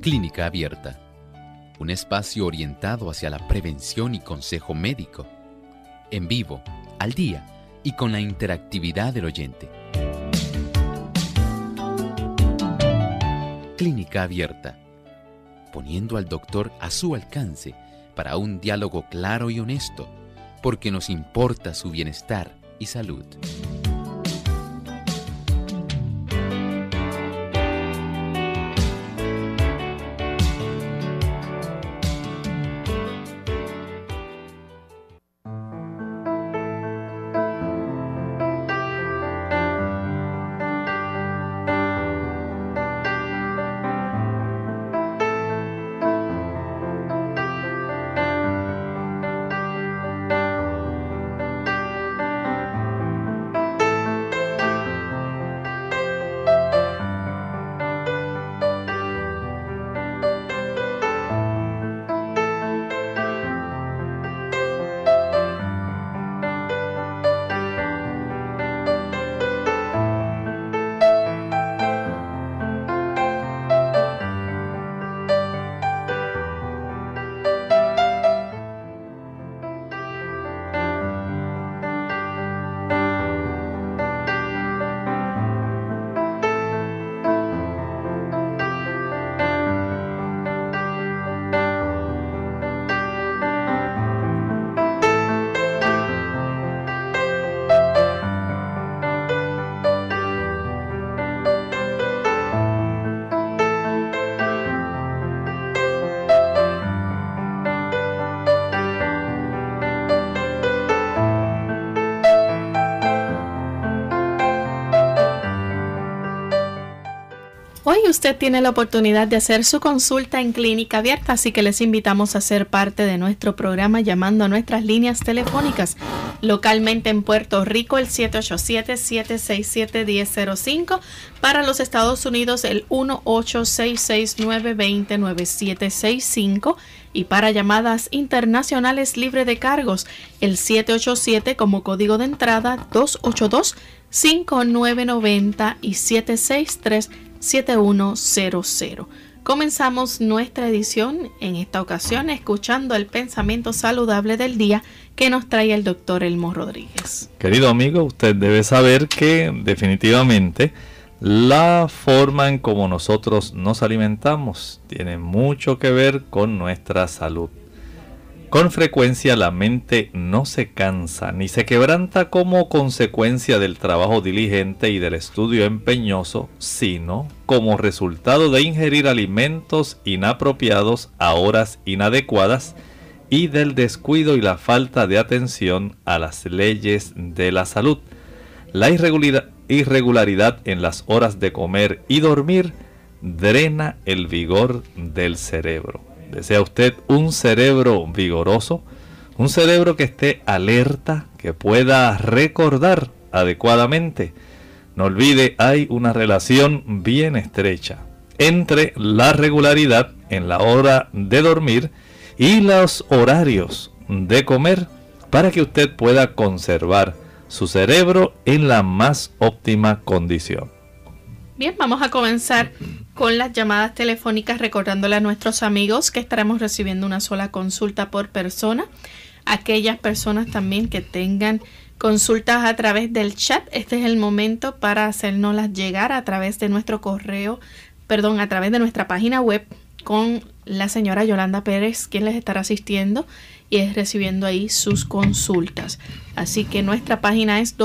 Clínica Abierta, un espacio orientado hacia la prevención y consejo médico, en vivo, al día y con la interactividad del oyente. Clínica Abierta, poniendo al doctor a su alcance para un diálogo claro y honesto, porque nos importa su bienestar y salud. Hoy usted tiene la oportunidad de hacer su consulta en Clínica Abierta, así que les invitamos a ser parte de nuestro programa llamando a nuestras líneas telefónicas. Localmente en Puerto Rico, el 787-767-1005. Para los Estados Unidos, el 1-866-920-9765. Y para llamadas internacionales libre de cargos, el 787 como código de entrada, 282-5990 y 763-7100. Comenzamos nuestra edición en esta ocasión escuchando el pensamiento saludable del día que nos trae el doctor Elmo Rodríguez. Querido amigo, usted debe saber que definitivamente la forma en cómo nosotros nos alimentamos tiene mucho que ver con nuestra salud. Con frecuencia la mente no se cansa ni se quebranta como consecuencia del trabajo diligente y del estudio empeñoso, sino como resultado de ingerir alimentos inapropiados a horas inadecuadas y del descuido y la falta de atención a las leyes de la salud. La irregularidad en las horas de comer y dormir drena el vigor del cerebro. ¿Desea usted un cerebro vigoroso? Un cerebro que esté alerta, que pueda recordar adecuadamente. No olvide, hay una relación bien estrecha entre la regularidad en la hora de dormir y los horarios de comer para que usted pueda conservar su cerebro en la más óptima condición. Bien, vamos a comenzar con las llamadas telefónicas, recordándole a nuestros amigos que estaremos recibiendo una sola consulta por persona. Aquellas personas también que tengan consultas a través del chat, este es el momento para hacérnoslas llegar a través de nuestro correo, a través de nuestra página web con la señora Yolanda Pérez, quien les estará asistiendo y es recibiendo ahí sus consultas. Así que nuestra página es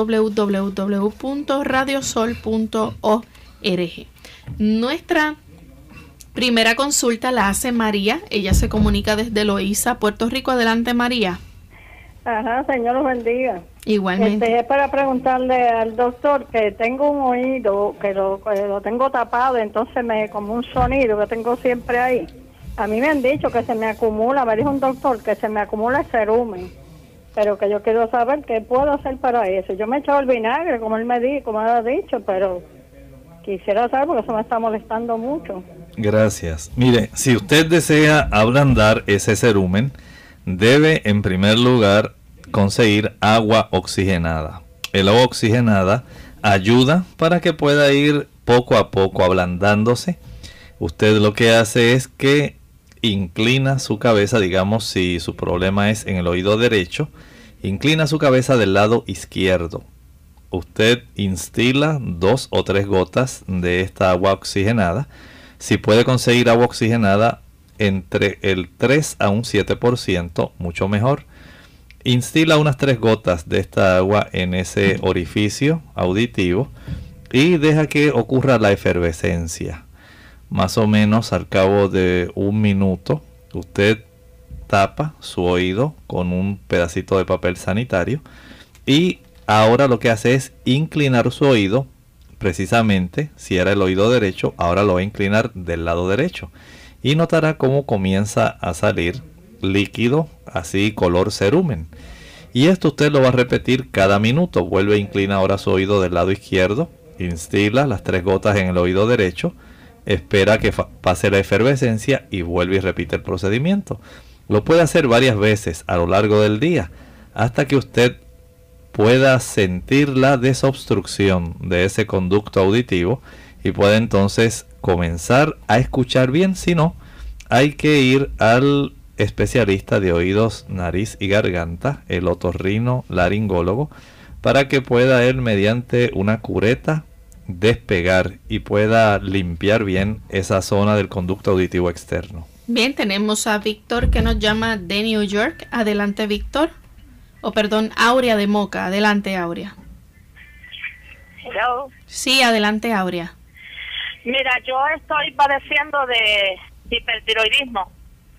www.radiosol.org. Nuestra primera consulta la hace María. Ella se comunica desde Loíza, Puerto Rico. Adelante, María. Ajá, Señor los bendiga. Igualmente. Es para preguntarle al doctor que tengo un oído que lo tengo tapado, entonces como un sonido que tengo siempre ahí. A mí me han dicho que se me acumula, me dijo un doctor que se me acumula el cerumen, pero que yo quiero saber qué puedo hacer para eso. Yo me he echado el vinagre, como él como ha dicho, pero quisiera saber porque eso me está molestando mucho. Gracias. Mire, si usted desea ablandar ese cerumen, debe en primer lugar conseguir agua oxigenada. El agua oxigenada ayuda para que pueda ir poco a poco ablandándose Usted lo que hace es que inclina su cabeza, digamos, si su problema es en el oído derecho, inclina su cabeza del lado izquierdo. Usted instila 2 o 3 gotas de esta agua oxigenada. Si puede conseguir agua oxigenada entre el 3 a un 7%, mucho mejor. Instila unas 3 gotas de esta agua en ese orificio auditivo y deja que ocurra la efervescencia. Más o menos al cabo de 1 minuto, usted tapa su oído con un pedacito de papel sanitario y ahora lo que hace es inclinar su oído. Precisamente, si era el oído derecho, ahora lo va a inclinar del lado derecho y notará cómo comienza a salir líquido, así color cerumen. Y esto usted lo va a repetir cada minuto. Vuelve a inclinar ahora su oído del lado izquierdo, instila las 3 gotas en el oído derecho, espera que pase la efervescencia y vuelve y repite el procedimiento. Lo puede hacer varias veces a lo largo del día hasta que usted pueda sentir la desobstrucción de ese conducto auditivo y pueda entonces comenzar a escuchar bien. Si no, hay que ir al especialista de oídos, nariz y garganta, el otorrino laringólogo, para que pueda él, mediante una cureta, despegar y pueda limpiar bien esa zona del conducto auditivo externo. Bien, tenemos a Víctor que nos llama de New York. Adelante, Víctor. Aurea de Moca. Adelante, Aurea. Hello. Sí, adelante, Aurea. Mira, yo estoy padeciendo de hipertiroidismo.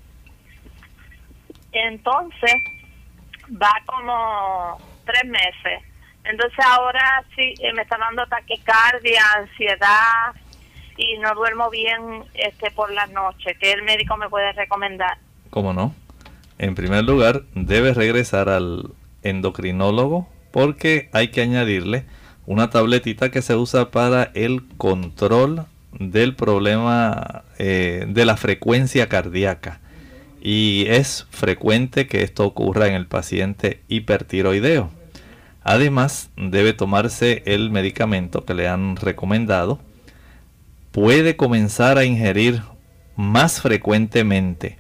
Entonces, va como 3 meses. Entonces ahora sí me está dando taquicardia, ansiedad y no duermo bien por la noche. ¿Qué el médico me puede recomendar? ¿Cómo no? En primer lugar, debe regresar al endocrinólogo porque hay que añadirle una tabletita que se usa para el control del problema de la frecuencia cardíaca. Y es frecuente que esto ocurra en el paciente hipertiroideo. Además, debe tomarse el medicamento que le han recomendado. Puede comenzar a ingerir más frecuentemente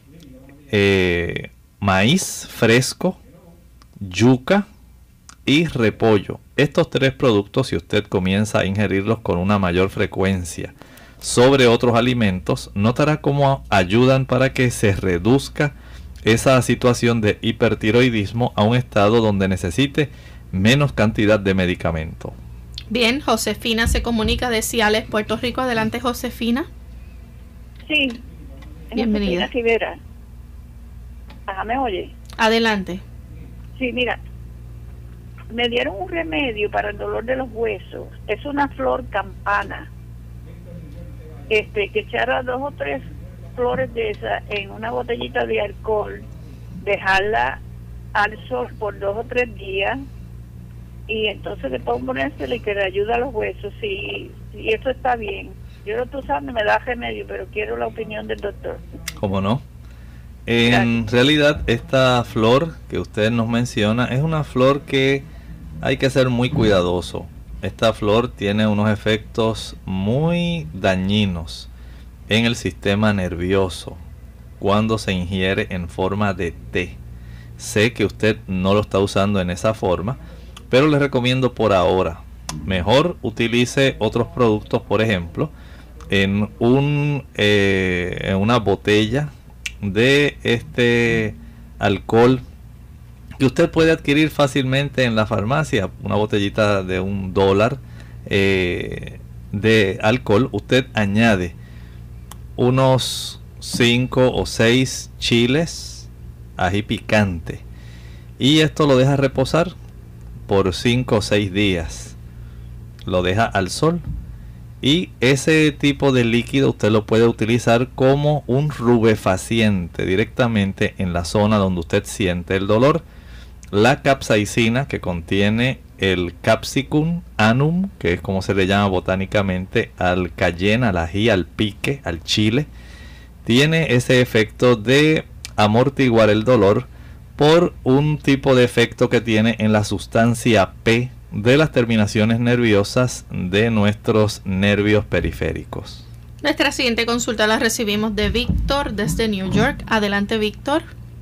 maíz fresco, yuca y repollo. Estos 3 productos, si usted comienza a ingerirlos con una mayor frecuencia sobre otros alimentos, notará cómo ayudan para que se reduzca esa situación de hipertiroidismo a un estado donde necesite menos cantidad de medicamento. Bien, Josefina se comunica de Ciales, Puerto Rico. Adelante, Josefina. Sí. Bienvenida. Rivera. Ajá, ¿me oye? Adelante. Sí, mira, me dieron un remedio para el dolor de los huesos. Es una flor campana. Que echara 2 o 3 flores de esas en una botellita de alcohol, dejarla al sol por 2 o 3 días y entonces después ponérsela y que le ayuda a los huesos. Si eso está bien. Yo lo estoy usando y me da remedio, pero quiero la opinión del doctor. ¿Cómo no? En realidad, esta flor que usted nos menciona es una flor que hay que ser muy cuidadoso. Esta flor tiene unos efectos muy dañinos en el sistema nervioso cuando se ingiere en forma de té. Sé que usted no lo está usando en esa forma, pero le recomiendo por ahora. Mejor utilice otros productos, por ejemplo, en una botella de este alcohol que usted puede adquirir fácilmente en la farmacia, una botellita de $1 de alcohol. Usted añade unos 5 o 6 chiles, ají picante, y esto lo deja reposar por 5 o 6 días. Lo deja al sol y ese tipo de líquido usted lo puede utilizar como un rubefaciente directamente en la zona donde usted siente el dolor. La capsaicina, que contiene el Capsicum annuum, que es como se le llama botánicamente al cayenne, al ají, al pique, al chile, tiene ese efecto de amortiguar el dolor por un tipo de efecto que tiene en la sustancia P de las terminaciones nerviosas de nuestros nervios periféricos. Nuestra siguiente consulta la recibimos de Víctor desde New York. Adelante, Víctor.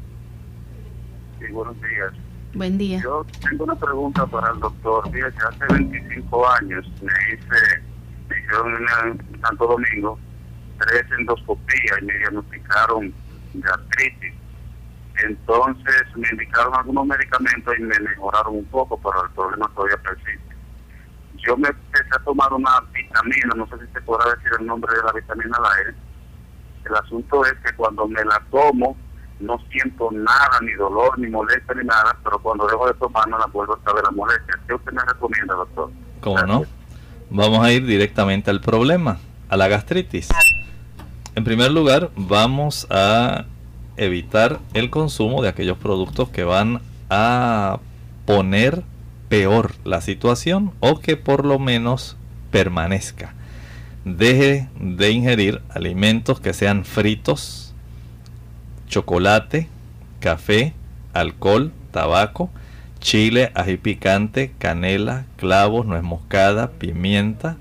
Sí, buenos días. Buen día. Yo tengo una pregunta para el doctor. Fíjate, hace 25 años me hicieron en Santo Domingo 3 endoscopías y me diagnosticaron gastritis. Entonces me indicaron algunos medicamentos y me mejoraron un poco, pero el problema todavía persiste. Yo me empecé a tomar una vitamina, no sé si se podrá decir el nombre de la vitamina al aire. El asunto es que cuando me la tomo no siento nada, ni dolor, ni molestia, ni nada, pero cuando dejo de tomarla la vuelvo a saber la molestia. ¿Qué usted me recomienda, doctor? ¿Cómo no? Vamos a ir directamente al problema, a la gastritis. En primer lugar, vamos a evitar el consumo de aquellos productos que van a poner peor la situación o que por lo menos permanezca. Deje de ingerir alimentos que sean fritos, chocolate, café, alcohol, tabaco, chile, ají picante, canela, clavos, nuez moscada, pimienta,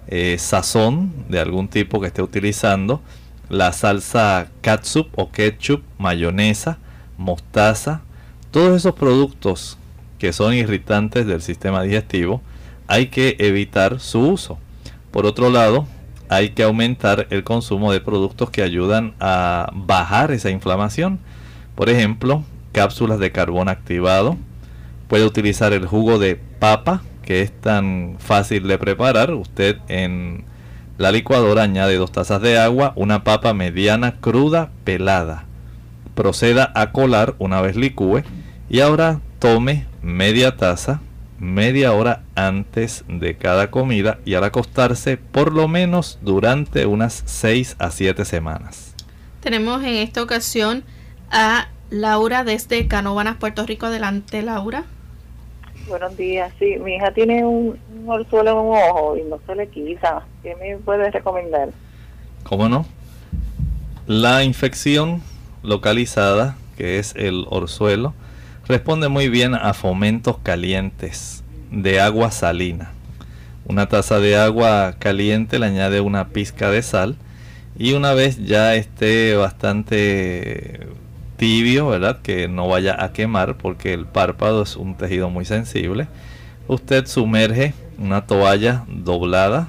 sazón de algún tipo que esté utilizando, la salsa catsup o ketchup, mayonesa, mostaza, todos esos productos que son irritantes del sistema digestivo, hay que evitar su uso. Por otro lado, hay que aumentar el consumo de productos que ayudan a bajar esa inflamación. Por ejemplo, cápsulas de carbón activado. Puede utilizar el jugo de papa, que es tan fácil de preparar. Usted en la licuadora añade 2 tazas de agua, una papa mediana cruda pelada. Proceda a colar una vez licúe y ahora tome media taza, media hora antes de cada comida y al acostarse por lo menos durante unas 6 a 7 semanas. Tenemos en esta ocasión a Laura desde Canóvanas, Puerto Rico. Adelante, Laura. Buenos días. Sí, mi hija tiene un orzuelo en un ojo y no se le quita. ¿Qué me puedes recomendar? ¿Cómo no? La infección localizada, que es el orzuelo, responde muy bien a fomentos calientes de agua salina. Una taza de agua caliente le añade una pizca de sal y una vez ya esté bastante tibio, ¿verdad? Que no vaya a quemar porque el párpado es un tejido muy sensible. Usted sumerge una toalla doblada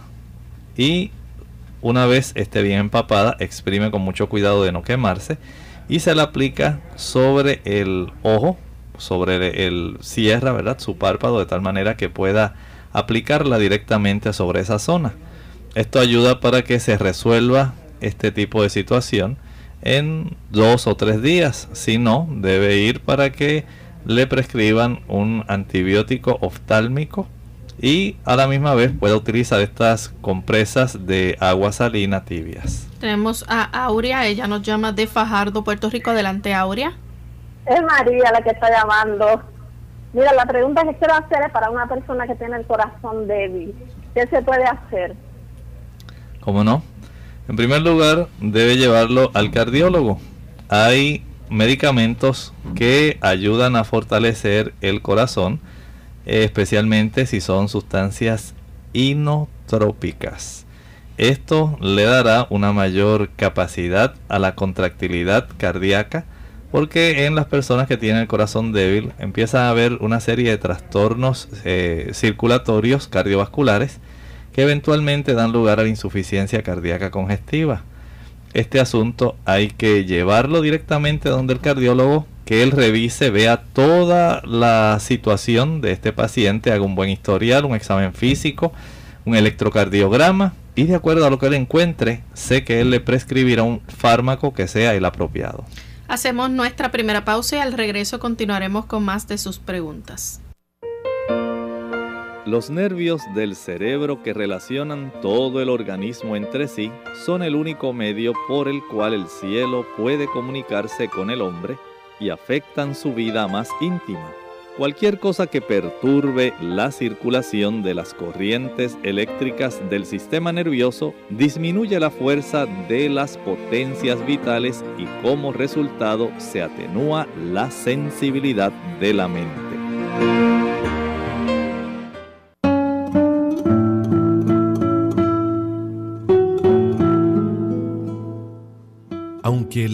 y una vez esté bien empapada, exprime con mucho cuidado de no quemarse y se la aplica sobre el ojo, sobre el cierra, ¿verdad? Su párpado de tal manera que pueda aplicarla directamente sobre esa zona. Esto ayuda para que se resuelva este tipo de situación en 2 o 3 días. Si no, debe ir para que le prescriban un antibiótico oftálmico y a la misma vez pueda utilizar estas compresas de agua salina tibias. Tenemos a Aurea, ella nos llama de Fajardo, Puerto Rico. Adelante, Aurea. Es María la que está llamando. Mira, la pregunta que quiero hacer es para una persona que tiene el corazón débil. ¿Qué se puede hacer? ¿Cómo no? En primer lugar, debe llevarlo al cardiólogo. Hay medicamentos que ayudan a fortalecer el corazón, especialmente si son sustancias inotrópicas. Esto le dará una mayor capacidad a la contractilidad cardíaca, porque en las personas que tienen el corazón débil empieza a haber una serie de trastornos circulatorios cardiovasculares que eventualmente dan lugar a la insuficiencia cardíaca congestiva. Este asunto hay que llevarlo directamente donde el cardiólogo, que él revise, vea toda la situación de este paciente, haga un buen historial, un examen físico, un electrocardiograma y de acuerdo a lo que él encuentre, sé que él le prescribirá un fármaco que sea el apropiado. Hacemos nuestra primera pausa y al regreso continuaremos con más de sus preguntas. Los nervios del cerebro que relacionan todo el organismo entre sí son el único medio por el cual el cielo puede comunicarse con el hombre y afectan su vida más íntima. Cualquier cosa que perturbe la circulación de las corrientes eléctricas del sistema nervioso disminuye la fuerza de las potencias vitales y como resultado se atenúa la sensibilidad de la mente.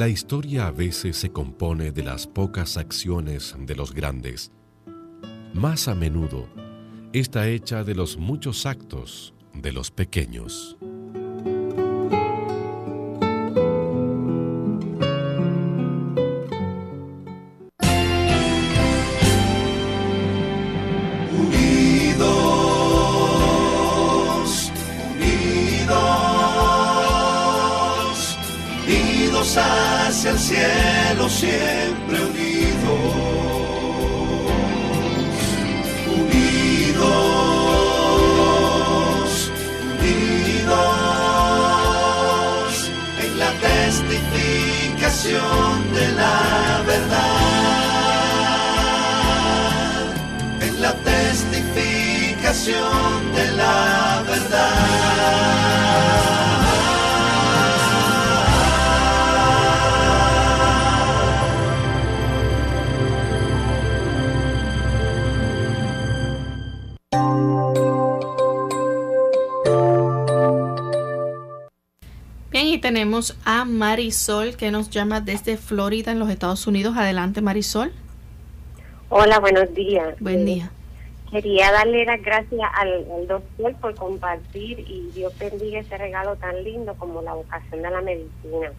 La historia a veces se compone de las pocas acciones de los grandes. Más a menudo, está hecha de los muchos actos de los pequeños. Hacia el cielo, siempre unidos, unidos, unidos, en la testificación de la verdad, en la testificación de la verdad. Y tenemos a Marisol que nos llama desde Florida en los Estados Unidos. Adelante, Marisol. Hola, buenos días. Buen día. Quería darle las gracias al doctor por compartir y Dios bendiga ese regalo tan lindo como la vocación de la medicina.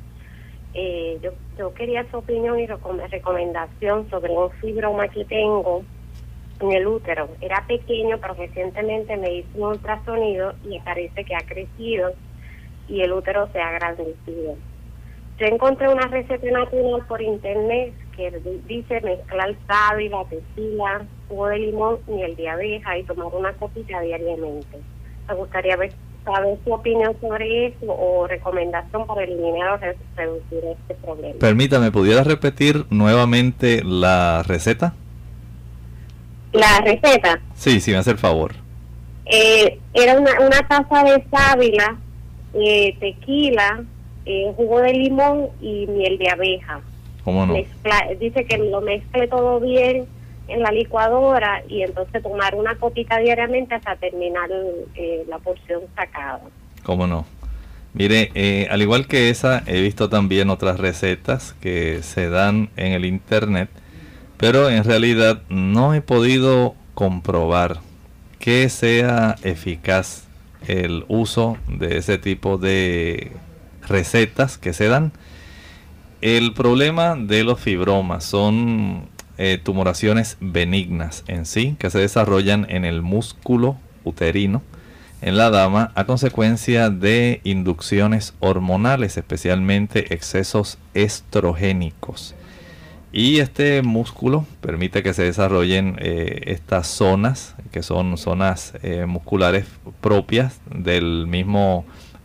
Yo quería su opinión y recomendación sobre un fibroma que tengo en el útero. Era pequeño, pero recientemente me hice un ultrasonido y parece que ha crecido y el útero se ha agrandecido. Yo encontré una receta natural por internet que dice mezclar sábila, tequila, jugo de limón, miel de abeja y tomar una copita diariamente. Me gustaría saber su opinión sobre eso o recomendación para eliminar o reducir este problema. Permítame, ¿pudiera repetir nuevamente la receta? ¿La receta? Sí, me hace el favor. Era una taza de sábila, tequila, jugo de limón y miel de abeja. ¿Cómo no? Dice que lo mezcle todo bien en la licuadora y entonces tomar una copita diariamente hasta terminar la porción sacada. ¿Cómo no? Mire, al igual que esa, he visto también otras recetas que se dan en el internet, pero en realidad no he podido comprobar que sea eficaz el uso de ese tipo de recetas que se dan. El problema de los fibromas son tumoraciones benignas en sí, que se desarrollan en el músculo uterino en la dama a consecuencia de inducciones hormonales, especialmente excesos estrogénicos. Y este músculo permite que se desarrollen estas zonas, que son zonas musculares propias del mismo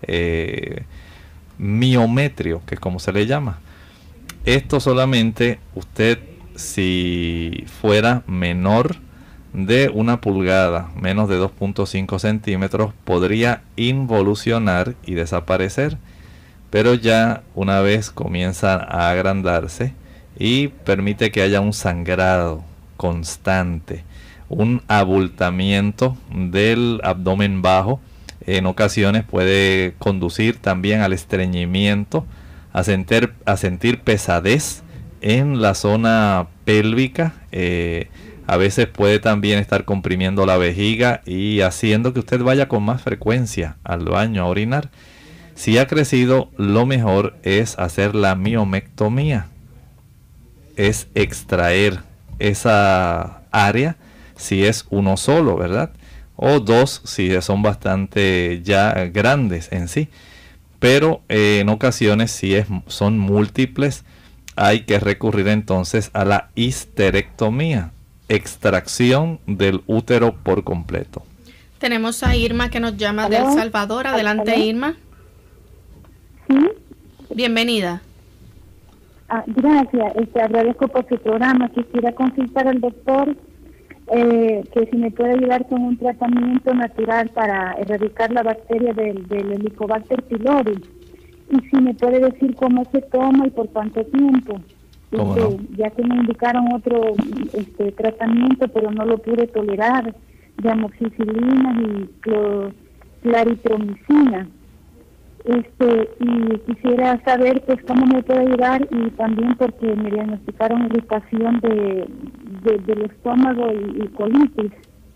miometrio, que es como se le llama. Esto solamente usted, si fuera menor de 1 pulgada, menos de 2.5 centímetros, podría involucionar y desaparecer. Pero ya una vez comienza a agrandarse y permite que haya un sangrado constante, un abultamiento del abdomen bajo, en ocasiones puede conducir también al estreñimiento, a sentir pesadez en la zona pélvica, a veces puede también estar comprimiendo la vejiga y haciendo que usted vaya con más frecuencia al baño a orinar. Si ha crecido, lo mejor es hacer la miomectomía, es extraer esa área si es uno solo, ¿verdad? O dos si son bastante ya grandes en sí. Pero en ocasiones si son múltiples, hay que recurrir entonces a la histerectomía, extracción del útero por completo. Tenemos a Irma que nos llama de El Salvador. Adelante, Irma. Sí. Bienvenida. Gracias, agradezco por su programa. Quisiera consultar al doctor que si me puede ayudar con un tratamiento natural para erradicar la bacteria del Helicobacter pylori, y si me puede decir cómo se toma y por cuánto tiempo. No? Ya que me indicaron otro tratamiento, pero no lo pude tolerar, de amoxicilina y claritromicina. Y quisiera saber pues cómo me puede ayudar, y también porque me diagnosticaron irritación del estómago y colitis.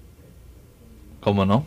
¿Cómo no?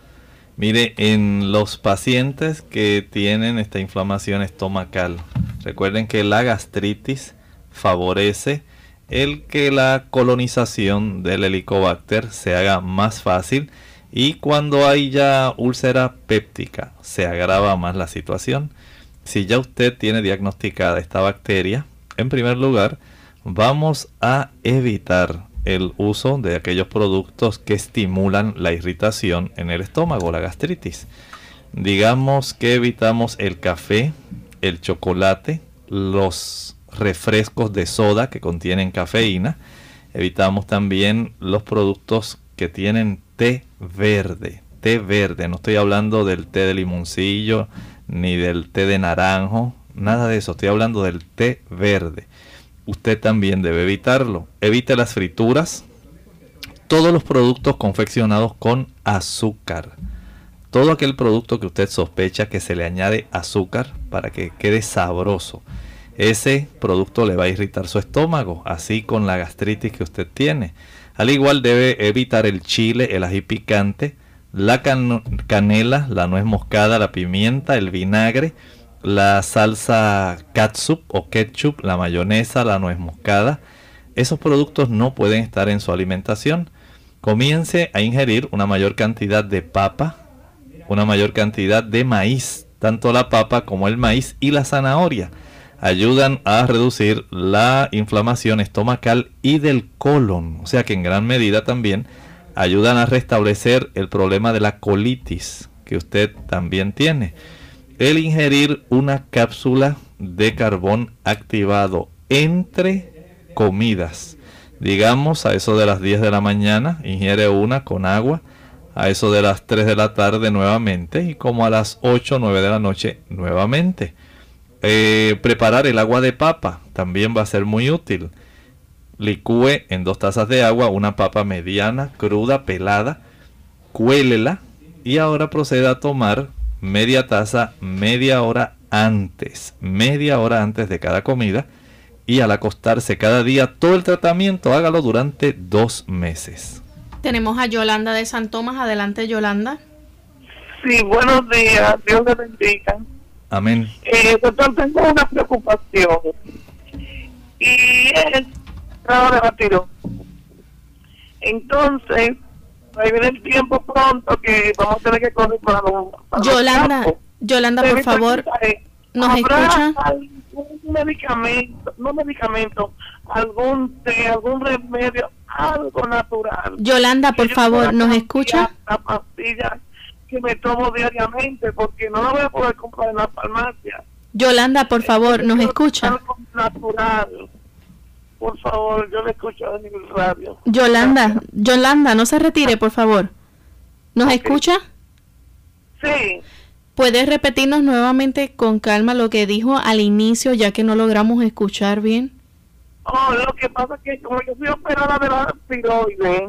Mire, en los pacientes que tienen esta inflamación estomacal, recuerden que la gastritis favorece el que la colonización del Helicobacter se haga más fácil, y cuando hay ya úlcera péptica se agrava más la situación. Si ya usted tiene diagnosticada esta bacteria, en primer lugar vamos a evitar el uso de aquellos productos que estimulan la irritación en el estómago, la gastritis. Digamos que evitamos el café, el chocolate, los refrescos de soda que contienen cafeína. Evitamos también los productos que tienen té verde. Té verde, no estoy hablando del té de limoncillo ni del té de naranjo, nada de eso, estoy hablando del té verde. Usted también debe evitarlo. Evite las frituras, todos los productos confeccionados con azúcar. Todo aquel producto que usted sospecha que se le añade azúcar para que quede sabroso, ese producto le va a irritar su estómago, así con la gastritis que usted tiene. Al igual debe evitar el chile, el ají picante, la canela, la nuez moscada, la pimienta, el vinagre, la salsa catsup o ketchup, la mayonesa, la nuez moscada. Esos productos no pueden estar en su alimentación. Comience a ingerir una mayor cantidad de papa, una mayor cantidad de maíz. Tanto la papa como el maíz y la zanahoria ayudan a reducir la inflamación estomacal y del colon. O sea que en gran medida también ayudan a restablecer el problema de la colitis que usted también tiene. El ingerir una cápsula de carbón activado entre comidas. Digamos, a eso de las 10 de la mañana, ingiere una con agua. A eso de las 3 de la tarde nuevamente. Y como a las 8 o 9 de la noche nuevamente. Preparar el agua de papa también va a ser muy útil. Licúe en 2 tazas de agua una papa mediana, cruda, pelada. Cuélela. Y ahora proceda a tomar media taza media hora antes de cada comida, y al acostarse cada día todo el tratamiento hágalo durante 2 meses. Tenemos a Yolanda de San Tomás. Adelante, Yolanda. Sí, buenos días, Dios le bendiga. Amén. Doctor, tengo una preocupación y es ahora la tiro. Entonces ahí viene el tiempo pronto que vamos a tener que correr para Yolanda, por favor, ¿nos escucha? ¿Algún medicamento, algún té, algún remedio, algo natural? Yolanda, por favor, ¿nos escucha? La pastilla que me tomo diariamente, porque no la voy a poder comprar en la farmacia. Yolanda, por favor, ¿nos escucha? Algo natural. Por favor, yo le escucho en el radio. Yolanda, no se retire, por favor. ¿Nos escucha? Sí. ¿Puedes repetirnos nuevamente con calma lo que dijo al inicio, ya que no logramos escuchar bien? Lo que pasa es que como yo soy operada de la tiroides,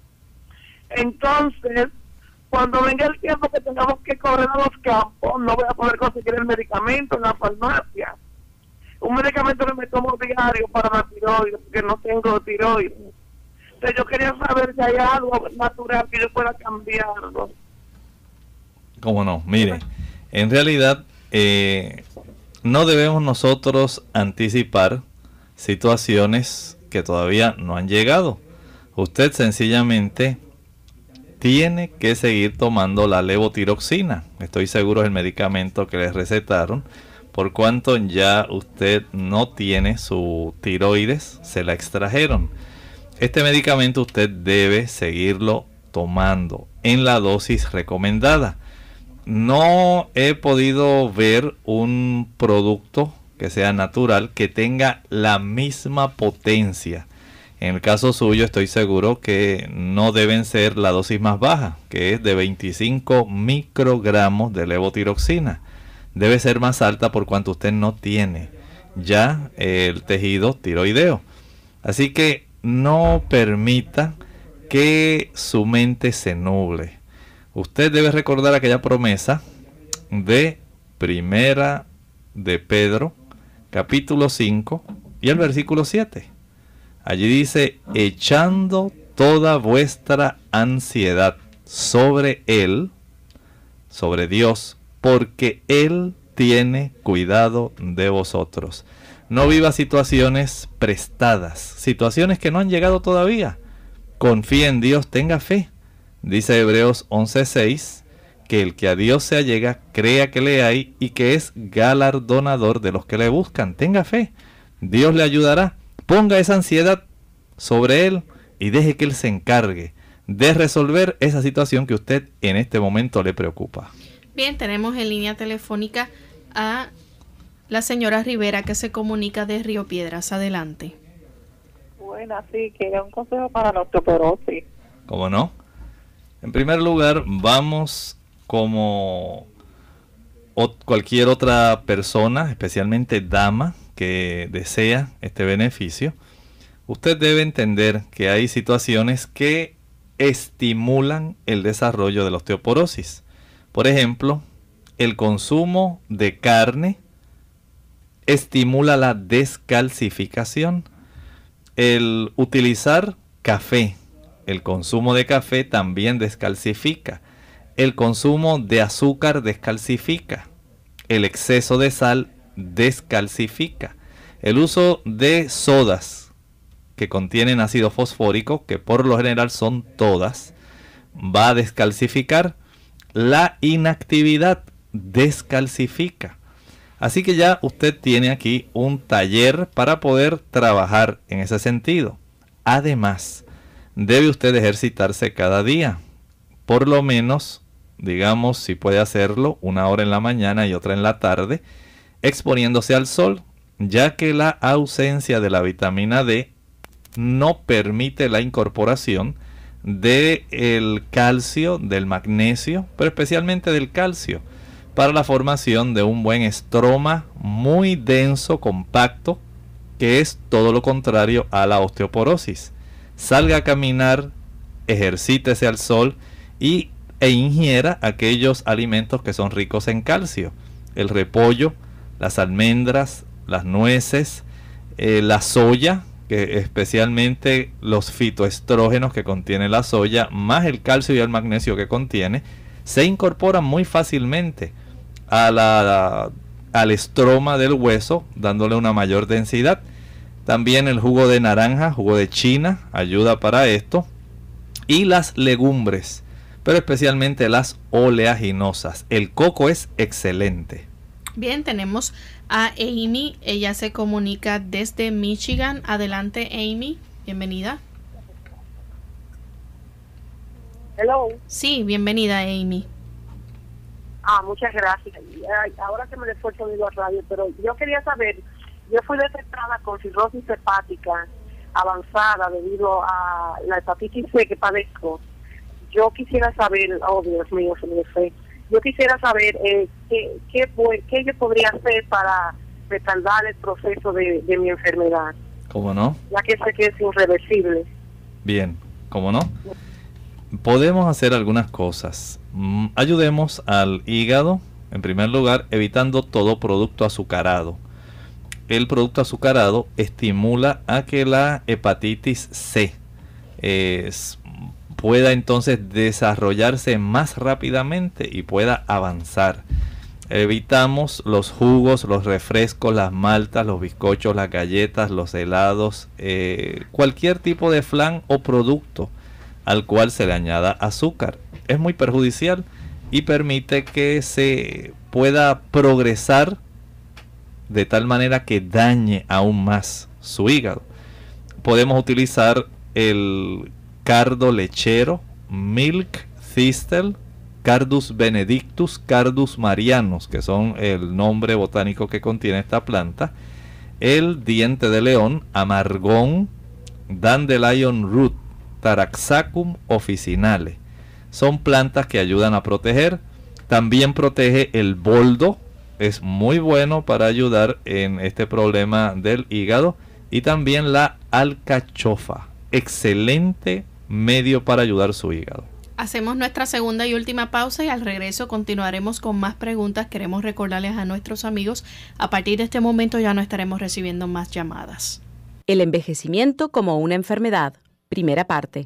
entonces, cuando venga el tiempo que tengamos que correr a los campos, no voy a poder conseguir el medicamento en la farmacia. Un medicamento que me tomo diario para la tiroides, porque no tengo tiroides. Entonces yo quería saber si hay algo natural que yo pueda cambiarlo. ¿Cómo no? Mire, en realidad no debemos nosotros anticipar situaciones que todavía no han llegado. Usted sencillamente tiene que seguir tomando la levotiroxina. Estoy seguro es el medicamento que les recetaron. Por cuanto ya usted no tiene su tiroides, se la extrajeron. Este medicamento usted debe seguirlo tomando en la dosis recomendada. No he podido ver un producto que sea natural que tenga la misma potencia. En el caso suyo estoy seguro que no deben ser la dosis más baja, que es de 25 microgramos de levotiroxina. Debe ser más alta por cuanto usted no tiene ya el tejido tiroideo. Así que no permita que su mente se nuble. Usted debe recordar aquella promesa de Primera de Pedro, capítulo 5 y el versículo 7. Allí dice, echando toda vuestra ansiedad sobre Él, sobre Dios, porque Él tiene cuidado de vosotros. No viva situaciones prestadas, situaciones que no han llegado todavía. Confía en Dios, tenga fe. Dice Hebreos 11:6, que el que a Dios se allega, crea que le hay y que es galardonador de los que le buscan. Tenga fe, Dios le ayudará. Ponga esa ansiedad sobre Él y deje que Él se encargue de resolver esa situación que usted en este momento le preocupa. Bien, tenemos en línea telefónica a la señora Rivera, que se comunica de Río Piedras. Adelante. Buena, sí, que un consejo para la osteoporosis. ¿Cómo no? En primer lugar, vamos como cualquier otra persona, especialmente dama, que desea este beneficio. Usted debe entender que hay situaciones que estimulan el desarrollo de la osteoporosis. Por ejemplo, el consumo de carne estimula la descalcificación. El utilizar café, el consumo de café también descalcifica. El consumo de azúcar descalcifica. El exceso de sal descalcifica. El uso de sodas que contienen ácido fosfórico, que por lo general son todas, va a descalcificar. La inactividad descalcifica. Así que ya usted tiene aquí un taller para poder trabajar en ese sentido. Además, debe usted ejercitarse cada día. Por lo menos, digamos, si puede hacerlo, 1 hora en la mañana y otra en la tarde, exponiéndose al sol, ya que la ausencia de la vitamina D no permite la incorporación del calcio, del magnesio, pero especialmente del calcio, para la formación de un buen estroma muy denso, compacto, que es todo lo contrario a la osteoporosis. Salga a caminar, ejercítese al sol e ingiera aquellos alimentos que son ricos en calcio. El repollo, las almendras, las nueces, la soya, que especialmente los fitoestrógenos que contiene la soya, más el calcio y el magnesio que contiene, se incorporan muy fácilmente al estroma del hueso, dándole una mayor densidad. También el jugo de naranja, jugo de china, ayuda para esto. Y las legumbres, pero especialmente las oleaginosas. El coco es excelente. Bien, tenemos a Amy. Ella se comunica desde Michigan. Adelante, Amy. Bienvenida. Hello. Sí, bienvenida, Amy. Muchas gracias. Ahora que me le esfuerzo de la radio, pero yo quería saber, yo fui detectada con cirrosis hepática avanzada debido a la hepatitis C que padezco. Yo quisiera saber, oh Dios mío, se me fue. Yo quisiera saber qué yo podría hacer para retardar el proceso de mi enfermedad. ¿Cómo no? Ya que sé que es irreversible. Bien, ¿cómo no? Podemos hacer algunas cosas. Ayudemos al hígado, en primer lugar, evitando todo producto azucarado. El producto azucarado estimula a que la hepatitis C pueda entonces desarrollarse más rápidamente y pueda avanzar. Evitamos los jugos, los refrescos, las maltas, los bizcochos, las galletas, los helados, cualquier tipo de flan o producto al cual se le añada azúcar. Es muy perjudicial y permite que se pueda progresar de tal manera que dañe aún más su hígado. Podemos utilizar el cardo lechero, milk thistle, Cardus benedictus, Cardus marianus, que son el nombre botánico que contiene esta planta, el diente de león, amargón, dandelion root, Taraxacum officinale. Son plantas que ayudan a proteger. También protege el boldo, es muy bueno para ayudar en este problema del hígado. Y también la alcachofa, excelente medio para ayudar su hígado. Hacemos nuestra segunda y última pausa y al regreso continuaremos con más preguntas. Queremos recordarles a nuestros amigos, a partir de este momento ya no estaremos recibiendo más llamadas. El envejecimiento como una enfermedad. Primera parte.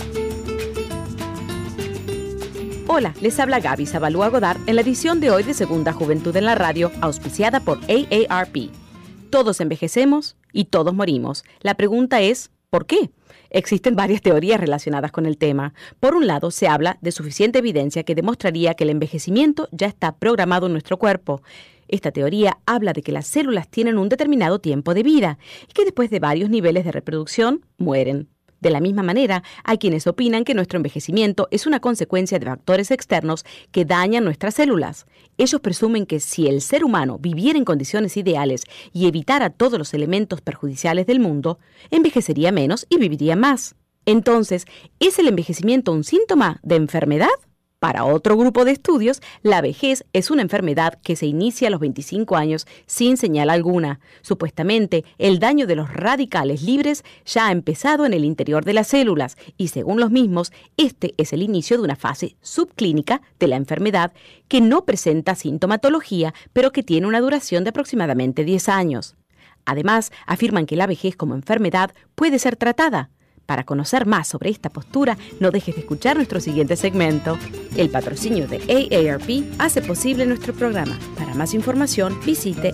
Hola, les habla Gaby Zabalúa Godard en la edición de hoy de Segunda Juventud en la Radio, auspiciada por AARP. Todos envejecemos y todos morimos. La pregunta es, ¿por qué? Existen varias teorías relacionadas con el tema. Por un lado, se habla de suficiente evidencia que demostraría que el envejecimiento ya está programado en nuestro cuerpo. Esta teoría habla de que las células tienen un determinado tiempo de vida y que después de varios niveles de reproducción mueren. De la misma manera, hay quienes opinan que nuestro envejecimiento es una consecuencia de factores externos que dañan nuestras células. Ellos presumen que si el ser humano viviera en condiciones ideales y evitara todos los elementos perjudiciales del mundo, envejecería menos y viviría más. Entonces, ¿es el envejecimiento un síntoma de enfermedad? Para otro grupo de estudios, la vejez es una enfermedad que se inicia a los 25 años sin señal alguna. Supuestamente, el daño de los radicales libres ya ha empezado en el interior de las células y, según los mismos, este es el inicio de una fase subclínica de la enfermedad que no presenta sintomatología, pero que tiene una duración de aproximadamente 10 años. Además, afirman que la vejez como enfermedad puede ser tratada. Para conocer más sobre esta postura, no dejes de escuchar nuestro siguiente segmento. El patrocinio de AARP hace posible nuestro programa. Para más información, visite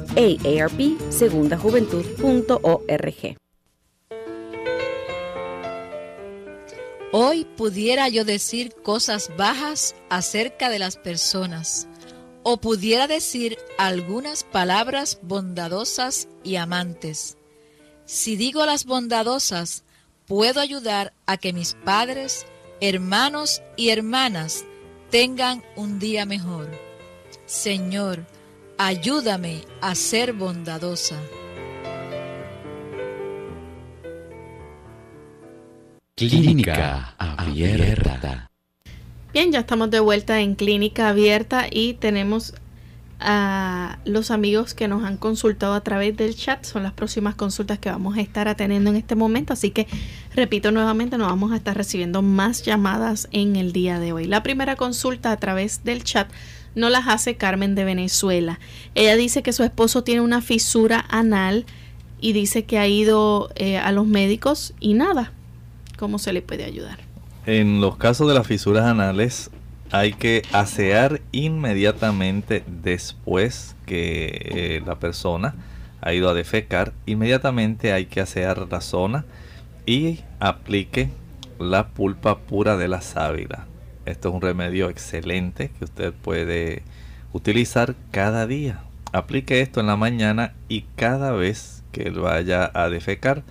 aarpsegundajuventud.org. Hoy pudiera yo decir cosas bajas acerca de las personas, o pudiera decir algunas palabras bondadosas y amantes. Si digo las bondadosas, puedo ayudar a que mis padres, hermanos y hermanas tengan un día mejor. Señor, ayúdame a ser bondadosa. Clínica Abierta. Bien, ya estamos de vuelta en Clínica Abierta y tenemos a los amigos que nos han consultado a través del chat. Son las próximas consultas que vamos a estar atendiendo en este momento, así que repito nuevamente, nos vamos a estar recibiendo más llamadas en el día de hoy. La primera consulta a través del chat nos las hace Carmen de Venezuela. Ella dice que su esposo tiene una fisura anal y dice que ha ido a los médicos y nada. ¿Cómo se le puede ayudar? En los casos de las fisuras anales, hay que asear inmediatamente después que la persona ha ido a defecar. Inmediatamente hay que asear la zona y aplique la pulpa pura de la sábila. Esto es un remedio excelente que usted puede utilizar cada día. Aplique esto en la mañana y cada vez que él vaya a defecar.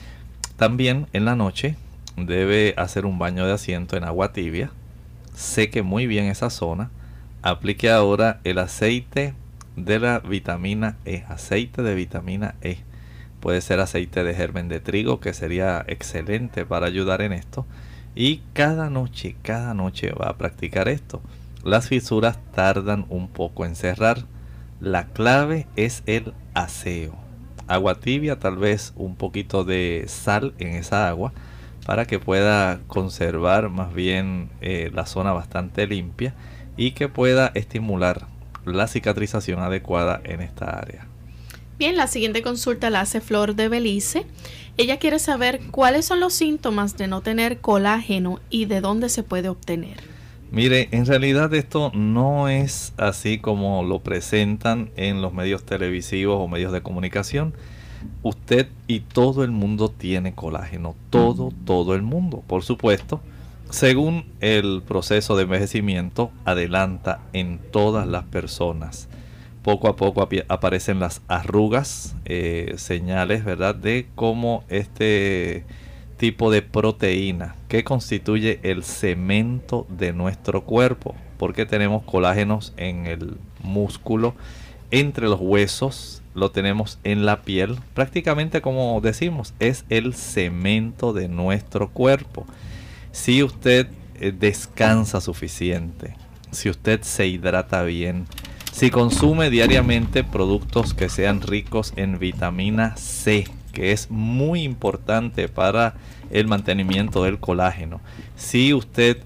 También en la noche debe hacer un baño de asiento en agua tibia. Seque muy bien esa zona. Aplique ahora el aceite de la vitamina E. Aceite de vitamina E. Puede ser aceite de germen de trigo, que sería excelente para ayudar en esto. Y cada noche va a practicar esto. Las fisuras tardan un poco en cerrar. La clave es el aseo. Agua tibia, tal vez un poquito de sal en esa agua, para que pueda conservar más bien la zona bastante limpia y que pueda estimular la cicatrización adecuada en esta área. Bien, la siguiente consulta la hace Flor de Belice. Ella quiere saber cuáles son los síntomas de no tener colágeno y de dónde se puede obtener. Mire, en realidad esto no es así como lo presentan en los medios televisivos o medios de comunicación. Usted y todo el mundo tiene colágeno, todo el mundo, por supuesto. Según el proceso de envejecimiento, adelanta en todas las personas. Poco a poco aparecen las arrugas, señales, ¿verdad?, de cómo este tipo de proteína que constituye el cemento de nuestro cuerpo, porque tenemos colágenos en el músculo, entre los huesos, lo tenemos en la piel. Prácticamente, como decimos, es el cemento de nuestro cuerpo. Si usted descansa suficiente, si usted se hidrata bien, si consume diariamente productos que sean ricos en vitamina C, que es muy importante para el mantenimiento del colágeno. Si usted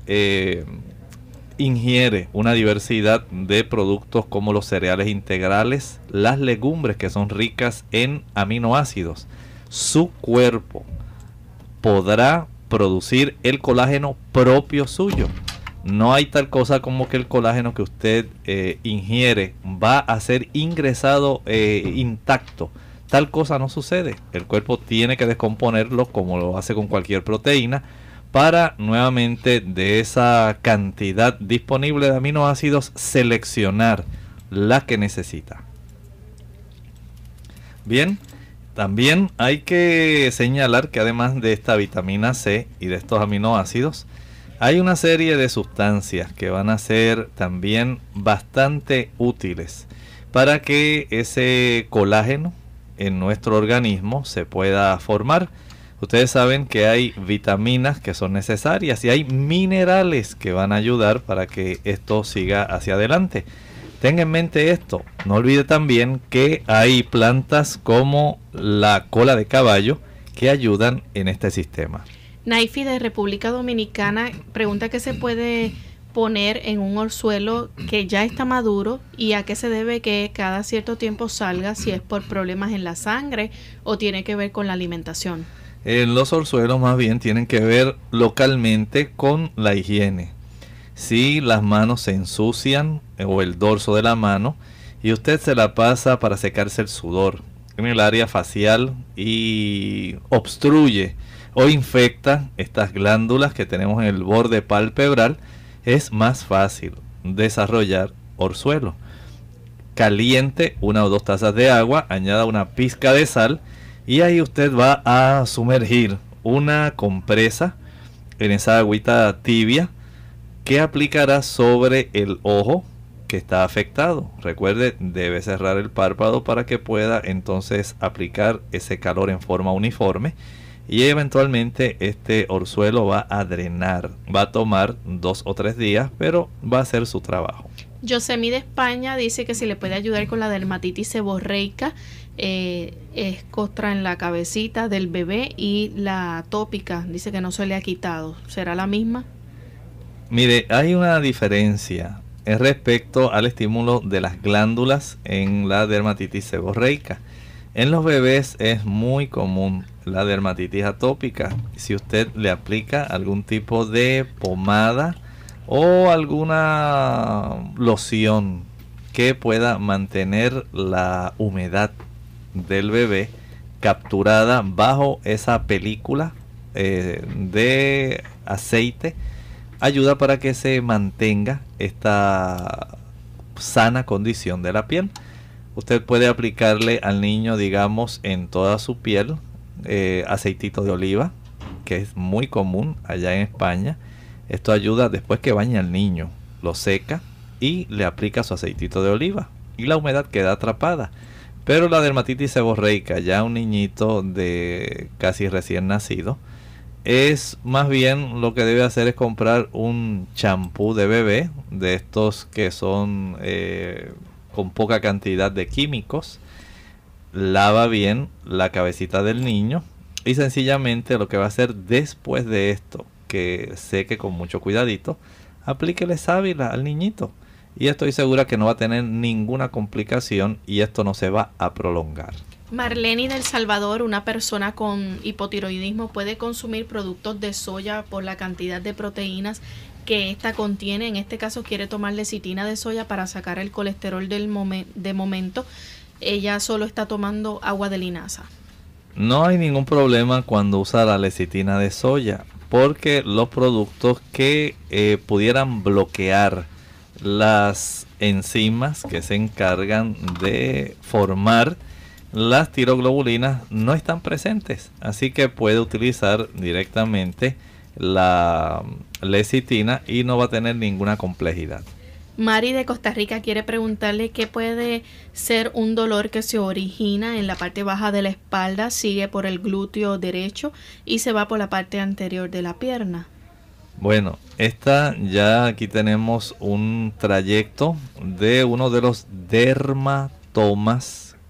ingiere una diversidad de productos como los cereales integrales, las legumbres que son ricas en aminoácidos, su cuerpo podrá producir el colágeno propio suyo. No hay tal cosa como que el colágeno que usted ingiere va a ser ingresado intacto. Tal cosa no sucede. El cuerpo tiene que descomponerlo como lo hace con cualquier proteína, para nuevamente de esa cantidad disponible de aminoácidos seleccionar la que necesita. Bien, también hay que señalar que además de esta vitamina C y de estos aminoácidos, hay una serie de sustancias que van a ser también bastante útiles para que ese colágeno en nuestro organismo se pueda formar. Ustedes saben que hay vitaminas que son necesarias y hay minerales que van a ayudar para que esto siga hacia adelante. Tenga en mente esto. No olvide también que hay plantas como la cola de caballo que ayudan en este sistema. Naifi de República Dominicana pregunta qué se puede poner en un orzuelo que ya está maduro y a qué se debe que cada cierto tiempo salga, si es por problemas en la sangre o tiene que ver con la alimentación. Los orzuelos más bien tienen que ver localmente con la higiene. Si las manos se ensucian o el dorso de la mano y usted se la pasa para secarse el sudor en el área facial y obstruye o infecta estas glándulas que tenemos en el borde palpebral, es más fácil desarrollar orzuelo. Caliente 1 o 2 tazas de agua, añada una pizca de sal y ahí usted va a sumergir una compresa en esa agüita tibia que aplicará sobre el ojo que está afectado. Recuerde, debe cerrar el párpado para que pueda entonces aplicar ese calor en forma uniforme y eventualmente este orzuelo va a drenar. Va a tomar 2 o 3 días, pero va a hacer su trabajo. Yosemi de España dice que si le puede ayudar con la dermatitis seborreica, es costra en la cabecita del bebé y la atópica, dice que no se le ha quitado. ¿Será la misma? Mire, hay una diferencia respecto al estímulo de las glándulas en la dermatitis seborreica. En los bebés es muy común la dermatitis atópica. Si usted le aplica algún tipo de pomada o alguna loción que pueda mantener la humedad del bebé capturada bajo esa película de aceite, ayuda para que se mantenga esta sana condición de la piel. Usted puede aplicarle al niño, digamos, en toda su piel aceitito de oliva, que es muy común allá en España. Esto ayuda después que baña al niño, lo seca y le aplica su aceitito de oliva y la humedad queda atrapada. Pero la dermatitis seborreica, ya un niñito de casi recién nacido, es más bien lo que debe hacer es comprar un champú de bebé, de estos que son con poca cantidad de químicos. Lava bien la cabecita del niño y sencillamente lo que va a hacer después de esto, que seque con mucho cuidadito, aplíquele sábila al niñito y estoy segura que no va a tener ninguna complicación y esto no se va a prolongar. Marlene del Salvador, una persona con hipotiroidismo puede consumir productos de soya por la cantidad de proteínas que esta contiene. En este caso quiere tomar lecitina de soya para sacar el colesterol de momento. Ella solo está tomando agua de linaza. No hay ningún problema cuando usa la lecitina de soya, porque los productos que pudieran bloquear las enzimas que se encargan de formar las tiroglobulinas no están presentes, así que puede utilizar directamente la lecitina y no va a tener ninguna complejidad. Mari de Costa Rica quiere preguntarle qué puede ser un dolor que se origina en la parte baja de la espalda, sigue por el glúteo derecho y se va por la parte anterior de la pierna. Bueno, ya aquí tenemos un trayecto de uno de los dermatomas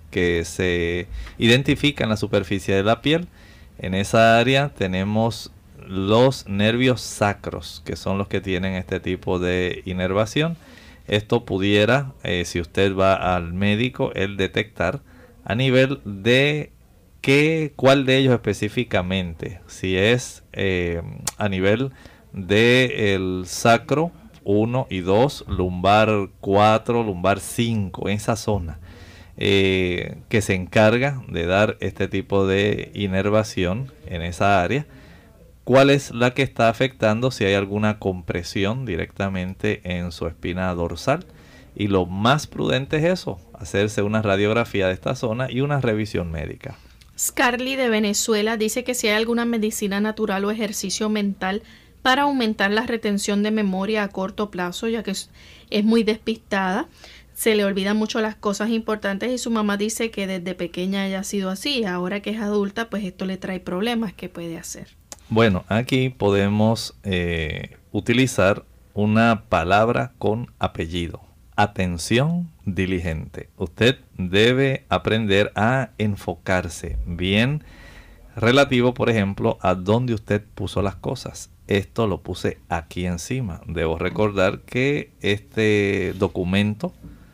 que se identifica en la superficie de la piel. En esa área tenemos los nervios sacros, que son los que tienen este tipo de inervación. Esto pudiera, si usted va al médico, él detectar a nivel de cuál de ellos específicamente. Si es a nivel del sacro 1 y 2, lumbar 4, lumbar 5, en esa zona. Que se encarga de dar este tipo de inervación en esa área. ¿Cuál es la que está afectando? Si hay alguna compresión directamente en su espina dorsal. Y lo más prudente es eso, hacerse una radiografía de esta zona y una revisión médica. Scarly de Venezuela dice que si hay alguna medicina natural o ejercicio mental para aumentar la retención de memoria a corto plazo, ya que es muy despistada. Se le olvidan mucho las cosas importantes y su mamá dice que desde pequeña ella ha sido así. Ahora que es adulta, pues esto le trae problemas. ¿Qué puede hacer? Bueno, aquí podemos utilizar una palabra con apellido. Atención diligente. Usted debe aprender a enfocarse bien relativo, por ejemplo, a dónde usted puso las cosas. Esto lo puse aquí encima. Debo recordar que este documento,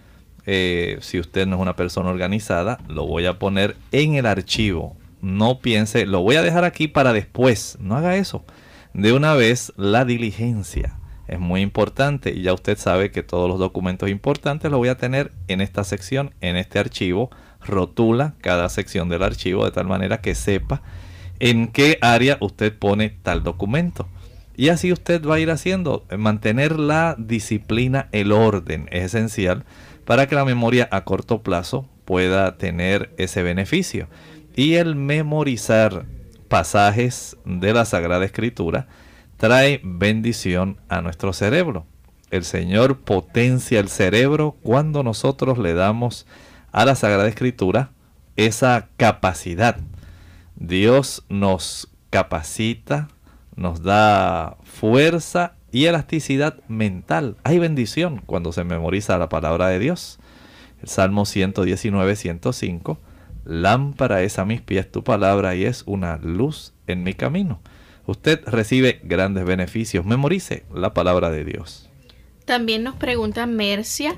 si usted no es una persona organizada, lo voy a poner en el archivo. No piense, lo voy a dejar aquí para después. No haga eso. De una vez, la diligencia es muy importante. Y ya usted sabe que todos los documentos importantes los voy a tener en esta sección, en este archivo. Rotula cada sección del archivo de tal manera que sepa en qué área usted pone tal documento. Y así usted va a ir haciendo. Mantener la disciplina, el orden es esencial para que la memoria a corto plazo pueda tener ese beneficio. Y el memorizar pasajes de la Sagrada Escritura trae bendición a nuestro cerebro. El Señor potencia el cerebro cuando nosotros le damos a la Sagrada Escritura esa capacidad. Dios nos capacita, nos da fuerza y elasticidad mental. Hay bendición cuando se memoriza la palabra de Dios. El Salmo 119, 105. Lámpara es a mis pies tu palabra y es una luz en mi camino. Usted recibe grandes beneficios. Memorice la palabra de Dios. También nos pregunta Mercia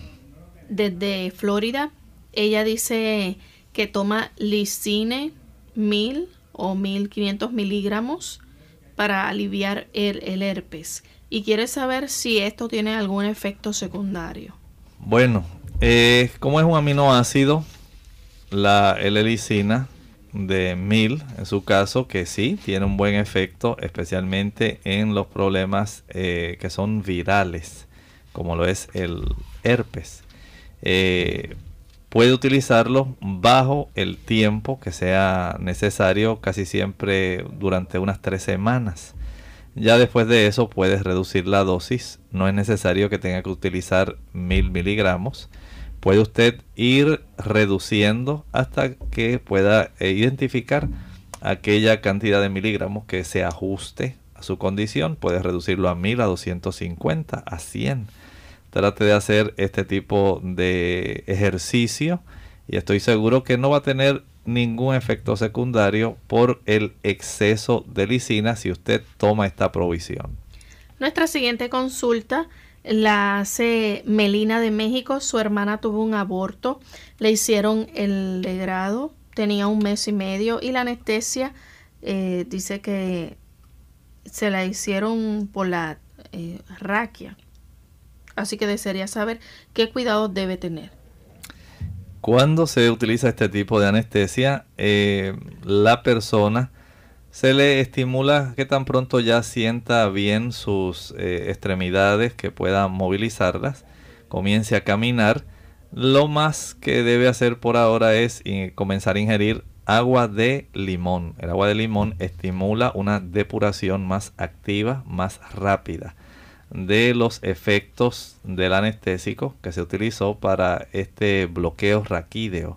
desde Florida. Ella dice que toma lisine 1000 o 1500 miligramos para aliviar el herpes. Y quiere saber si esto tiene algún efecto secundario. Bueno, como es un aminoácido, la L-lisina de 1000, en su caso, que sí tiene un buen efecto, especialmente en los problemas que son virales, como lo es el herpes. Puede utilizarlo bajo el tiempo que sea necesario, casi siempre durante unas 3 semanas. Ya después de eso puedes reducir la dosis. No es necesario que tenga que utilizar 1000 miligramos. Puede usted ir reduciendo hasta que pueda identificar aquella cantidad de miligramos que se ajuste a su condición. Puede reducirlo a 1000, a 250, a 100. Trate de hacer este tipo de ejercicio y estoy seguro que no va a tener ningún efecto secundario por el exceso de lisina si usted toma esta provisión. Nuestra siguiente consulta la hace Melina de México. Su hermana tuvo un aborto, le hicieron el legrado, tenía 1 mes y medio y la anestesia dice que se la hicieron por la raquia. Así que desearía saber qué cuidados debe tener. Cuando se utiliza este tipo de anestesia, la persona se le estimula que tan pronto ya sienta bien sus extremidades, que pueda movilizarlas, comience a caminar. Lo más que debe hacer por ahora es comenzar a ingerir agua de limón. El agua de limón estimula una depuración más activa, más rápida de los efectos del anestésico que se utilizó para este bloqueo raquídeo.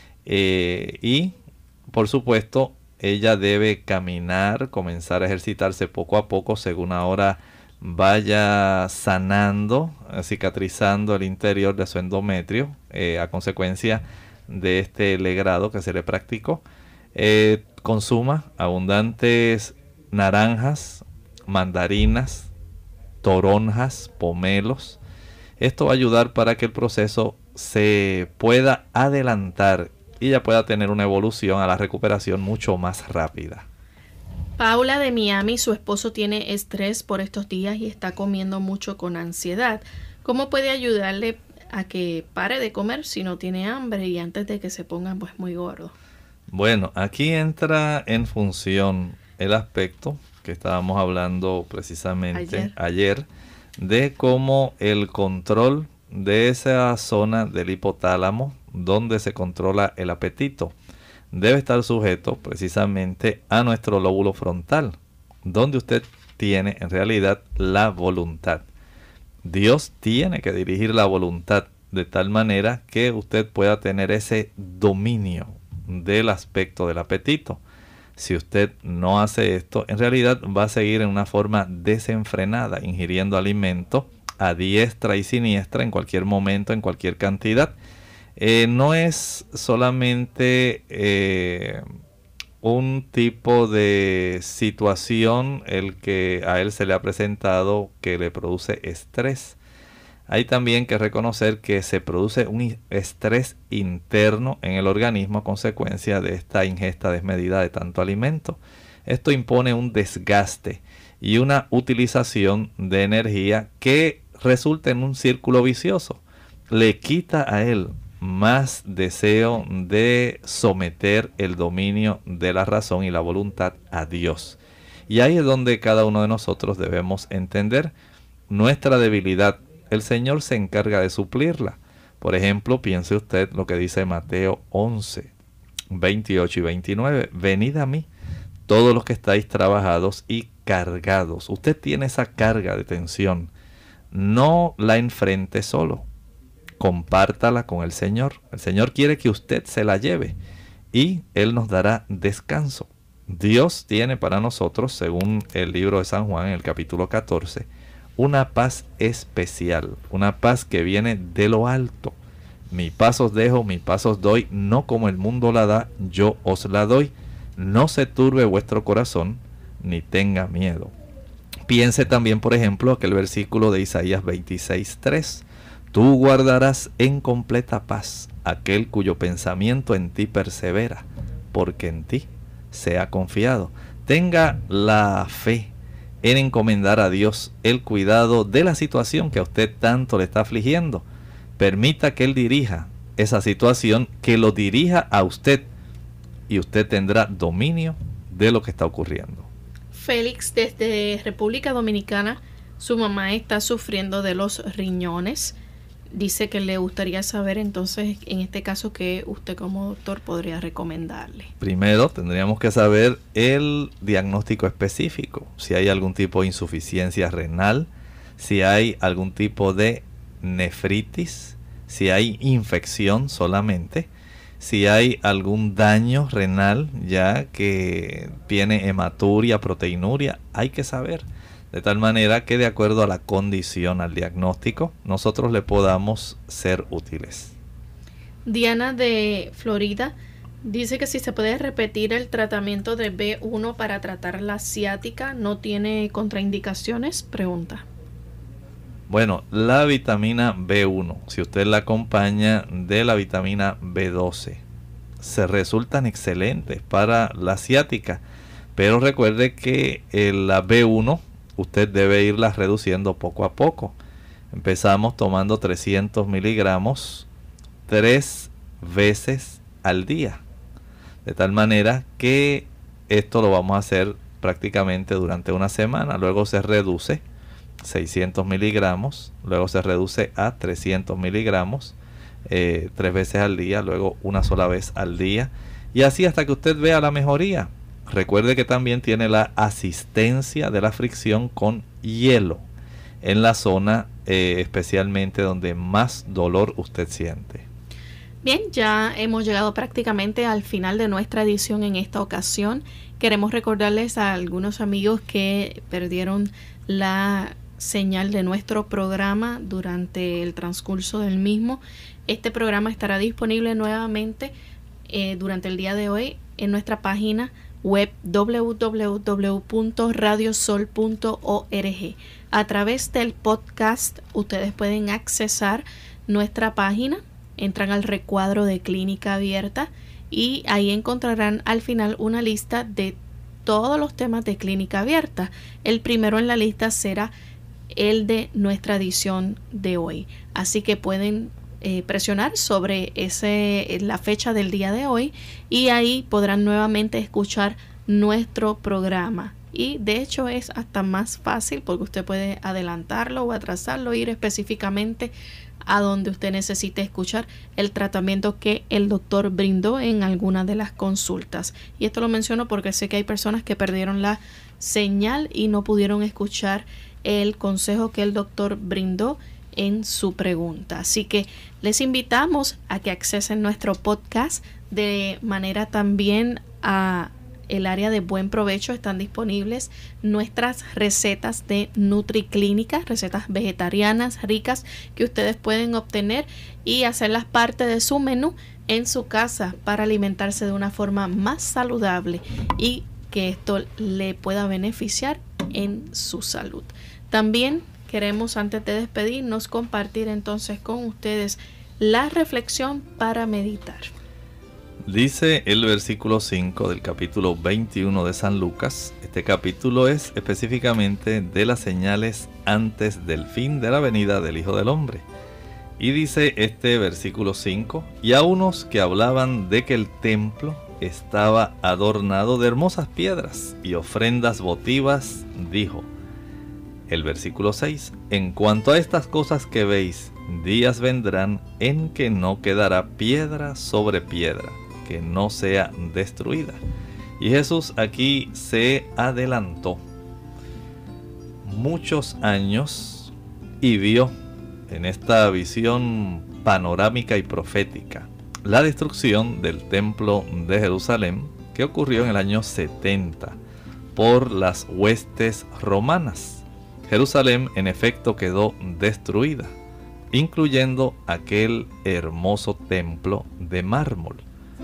Y por supuesto ella debe caminar, comenzar a ejercitarse poco a poco según ahora vaya sanando, cicatrizando el interior de su endometrio a consecuencia de este legrado que se le practicó. Consuma abundantes naranjas, mandarinas, toronjas, pomelos. Esto va a ayudar para que el proceso se pueda adelantar y ya pueda tener una evolución a la recuperación mucho más rápida. Paula de Miami, su esposo tiene estrés por estos días y está comiendo mucho con ansiedad. ¿Cómo puede ayudarle a que pare de comer si no tiene hambre y antes de que se ponga pues muy gordo? Bueno, aquí entra en función el aspecto que estábamos hablando precisamente ayer de cómo el control de esa zona del hipotálamo donde se controla el apetito debe estar sujeto precisamente a nuestro lóbulo frontal, donde usted tiene en realidad la voluntad. Dios tiene que dirigir la voluntad de tal manera que usted pueda tener ese dominio del aspecto del apetito. Si usted no hace esto, en realidad va a seguir en una forma desenfrenada, ingiriendo alimento a diestra y siniestra en cualquier momento, en cualquier cantidad. No es solamente un tipo de situación el que a él se le ha presentado que le produce estrés. Hay también que reconocer que se produce un estrés interno en el organismo a consecuencia de esta ingesta desmedida de tanto alimento. Esto impone un desgaste y una utilización de energía que resulta en un círculo vicioso. Le quita a él más deseo de someter el dominio de la razón y la voluntad a Dios. Y ahí es donde cada uno de nosotros debemos entender nuestra debilidad. El Señor se encarga de suplirla. Por ejemplo, piense usted lo que dice Mateo 11, 28 y 29. Venid a mí, todos los que estáis trabajados y cargados. Usted tiene esa carga de tensión. No la enfrente solo. Compártala con el Señor. El Señor quiere que usted se la lleve y Él nos dará descanso. Dios tiene para nosotros, según el libro de San Juan, en el capítulo 14, una paz especial, una paz que viene de lo alto. Mi paz os dejo, mi paz os doy, no como el mundo la da, yo os la doy. No se turbe vuestro corazón, ni tenga miedo. Piense también, por ejemplo, aquel versículo de Isaías 26:3. Tú guardarás en completa paz aquel cuyo pensamiento en ti persevera, porque en ti se ha confiado. Tenga la fe en encomendar a Dios el cuidado de la situación que a usted tanto le está afligiendo. Permita que Él dirija esa situación, que lo dirija a usted, y usted tendrá dominio de lo que está ocurriendo. Félix, desde República Dominicana, su mamá está sufriendo de los riñones. Dice que le gustaría saber entonces, en este caso, qué usted como doctor podría recomendarle. Primero tendríamos que saber el diagnóstico específico, si hay algún tipo de insuficiencia renal, si hay algún tipo de nefritis, si hay infección solamente, si hay algún daño renal ya que tiene hematuria, proteinuria, hay que saber. De tal manera que de acuerdo a la condición, al diagnóstico, nosotros le podamos ser útiles. Diana de Florida dice que si se puede repetir el tratamiento de B1 para tratar la ciática, ¿no tiene contraindicaciones? Pregunta. Bueno, la vitamina B1, si usted la acompaña de la vitamina B12, se resultan excelentes para la ciática. Pero recuerde que la B1 usted debe irla reduciendo poco a poco. Empezamos tomando 300 miligramos 3 veces al día. De tal manera que esto lo vamos a hacer prácticamente durante una semana. Luego se reduce 600 miligramos. Luego se reduce a 300 miligramos 3 veces al día. Luego una sola vez al día. Y así hasta que usted vea la mejoría. Recuerde que también tiene la asistencia de la fricción con hielo en la zona especialmente donde más dolor usted siente. Bien, ya hemos llegado prácticamente al final de nuestra edición en esta ocasión. Queremos recordarles a algunos amigos que perdieron la señal de nuestro programa durante el transcurso del mismo. Este programa estará disponible nuevamente durante el día de hoy en nuestra página web www.radiosol.org. A través del podcast ustedes pueden accesar nuestra página, entran al recuadro de Clínica Abierta y ahí encontrarán al final una lista de todos los temas de Clínica Abierta. El primero en la lista será el de nuestra edición de hoy, así que pueden presionar sobre la fecha del día de hoy y ahí podrán nuevamente escuchar nuestro programa. Y de hecho es hasta más fácil porque usted puede adelantarlo o atrasarlo, ir específicamente a donde usted necesite escuchar el tratamiento que el doctor brindó en alguna de las consultas. Y esto lo menciono porque sé que hay personas que perdieron la señal y no pudieron escuchar el consejo que el doctor brindó en su pregunta. Así que les invitamos a que accesen nuestro podcast, de manera también a el área de Buen Provecho. Están disponibles nuestras recetas de NutriClínica, recetas vegetarianas ricas que ustedes pueden obtener y hacerlas parte de su menú en su casa para alimentarse de una forma más saludable y que esto le pueda beneficiar en su salud. También queremos, antes de despedirnos, compartir entonces con ustedes la reflexión para meditar. Dice el versículo 5 del capítulo 21 de San Lucas. Este capítulo es específicamente de las señales antes del fin de la venida del Hijo del Hombre. Y dice este versículo 5: y a unos que hablaban de que el templo estaba adornado de hermosas piedras y ofrendas votivas, dijo. El versículo 6: en cuanto a estas cosas que veis, días vendrán en que no quedará piedra sobre piedra que no sea destruida. Y Jesús aquí se adelantó muchos años y vio en esta visión panorámica y profética la destrucción del templo de Jerusalén, que ocurrió en el año 70 por las huestes romanas. Jerusalén en efecto quedó destruida, incluyendo aquel hermoso templo de mármol,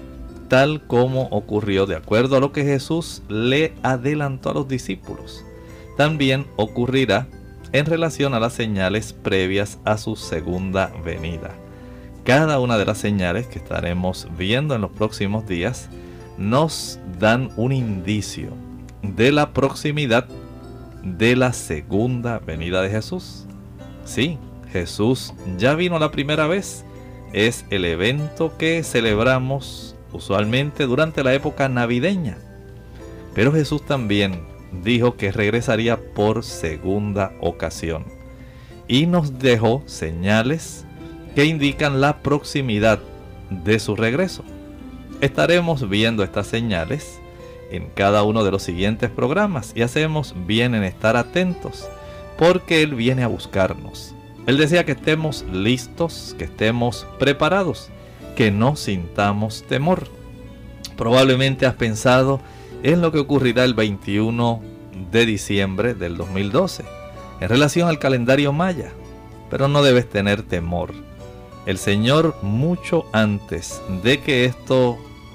tal como ocurrió de acuerdo a lo que Jesús le adelantó a los discípulos. También ocurrirá en relación a las señales previas a su segunda venida. Cada una de las señales que estaremos viendo en los próximos días nos dan un indicio de la proximidad de la segunda venida de Jesús. Sí, Jesús ya vino la primera vez. Es el evento que celebramos usualmente durante la época navideña. Pero Jesús también dijo que regresaría por segunda ocasión. Y nos dejó señales que indican la proximidad de su regreso. Estaremos viendo estas señales en cada uno de los siguientes programas y hacemos bien en estar atentos porque Él viene a buscarnos. Él desea que estemos listos, que estemos preparados, que no sintamos temor. Probablemente has pensado en lo que ocurrirá el 21 de diciembre del 2012 en relación al calendario maya, pero no debes tener temor. El Señor, mucho antes de que esto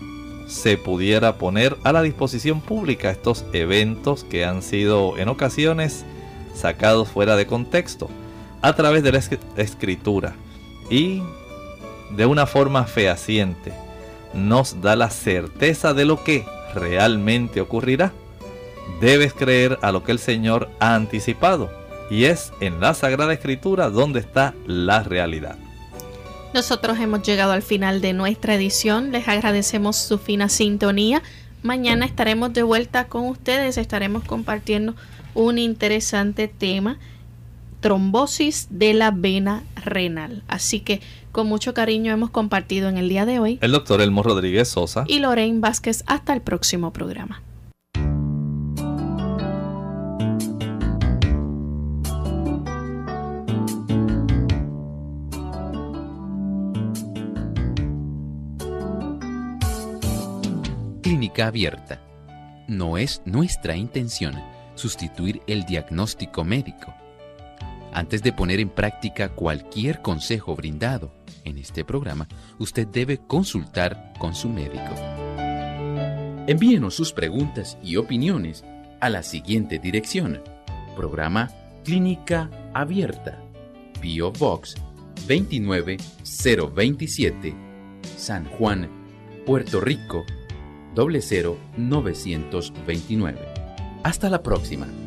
se pudiera poner a la disposición pública, estos eventos que han sido en ocasiones sacados fuera de contexto, a través de la Escritura y de una forma fehaciente, nos da la certeza de lo que realmente ocurrirá. Debes creer a lo que el Señor ha anticipado, y es en la Sagrada Escritura donde está la realidad. Nosotros hemos llegado al final de nuestra edición. Les agradecemos su fina sintonía. Mañana estaremos de vuelta con ustedes. Estaremos compartiendo un interesante tema: trombosis de la vena renal. Así que con mucho cariño hemos compartido en el día de hoy el doctor Elmo Rodríguez Sosa y Lorraine Vázquez. Hasta el próximo programa. Clínica Abierta. No es nuestra intención sustituir el diagnóstico médico. Antes de poner en práctica cualquier consejo brindado en este programa, usted debe consultar con su médico. Envíenos sus preguntas y opiniones a la siguiente dirección. Programa Clínica Abierta, P.O. Box 29027, San Juan, Puerto Rico 00929. Hasta la próxima.